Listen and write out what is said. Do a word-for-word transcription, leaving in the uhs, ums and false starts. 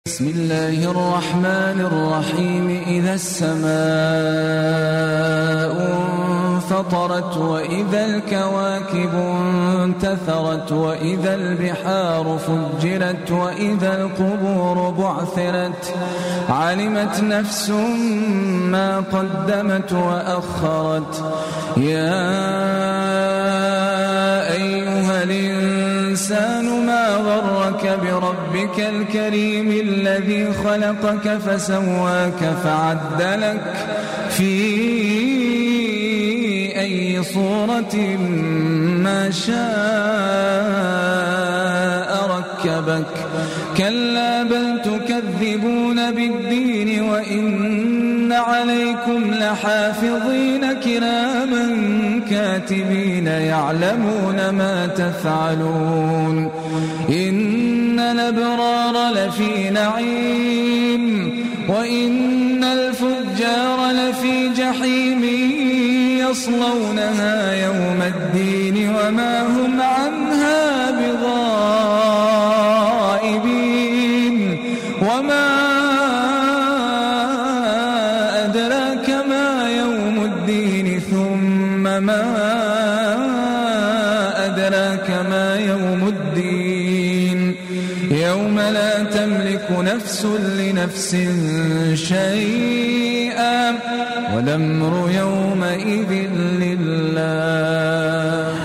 بسم الله الرحمن الرحيم إذا السماء انفطرت وإذا الكواكب انتثرت وإذا البحار فجرت وإذا القبور بعثرت علمت نفس ما قدمت وأخرت يا أيها الإنسان ما غرك بربك الكريم الذي خلقك فسواك فعدلك في أي صورة ما شاء ركبك كلا بل تكذبون بالدين وإن عليكم لحافظين كراما كاتبين يعلمون ما تفعلون إن الأبرار لفي نعيم وإن الفجار لفي جحيم يصلونها يوم الدين وما هم عنها بغائبين وما أدراك ما يوم الدين ثم ما أدراك ما يوم الدين يوم لا تملك نفس لنفس شيئا والأمر يومئذ لله.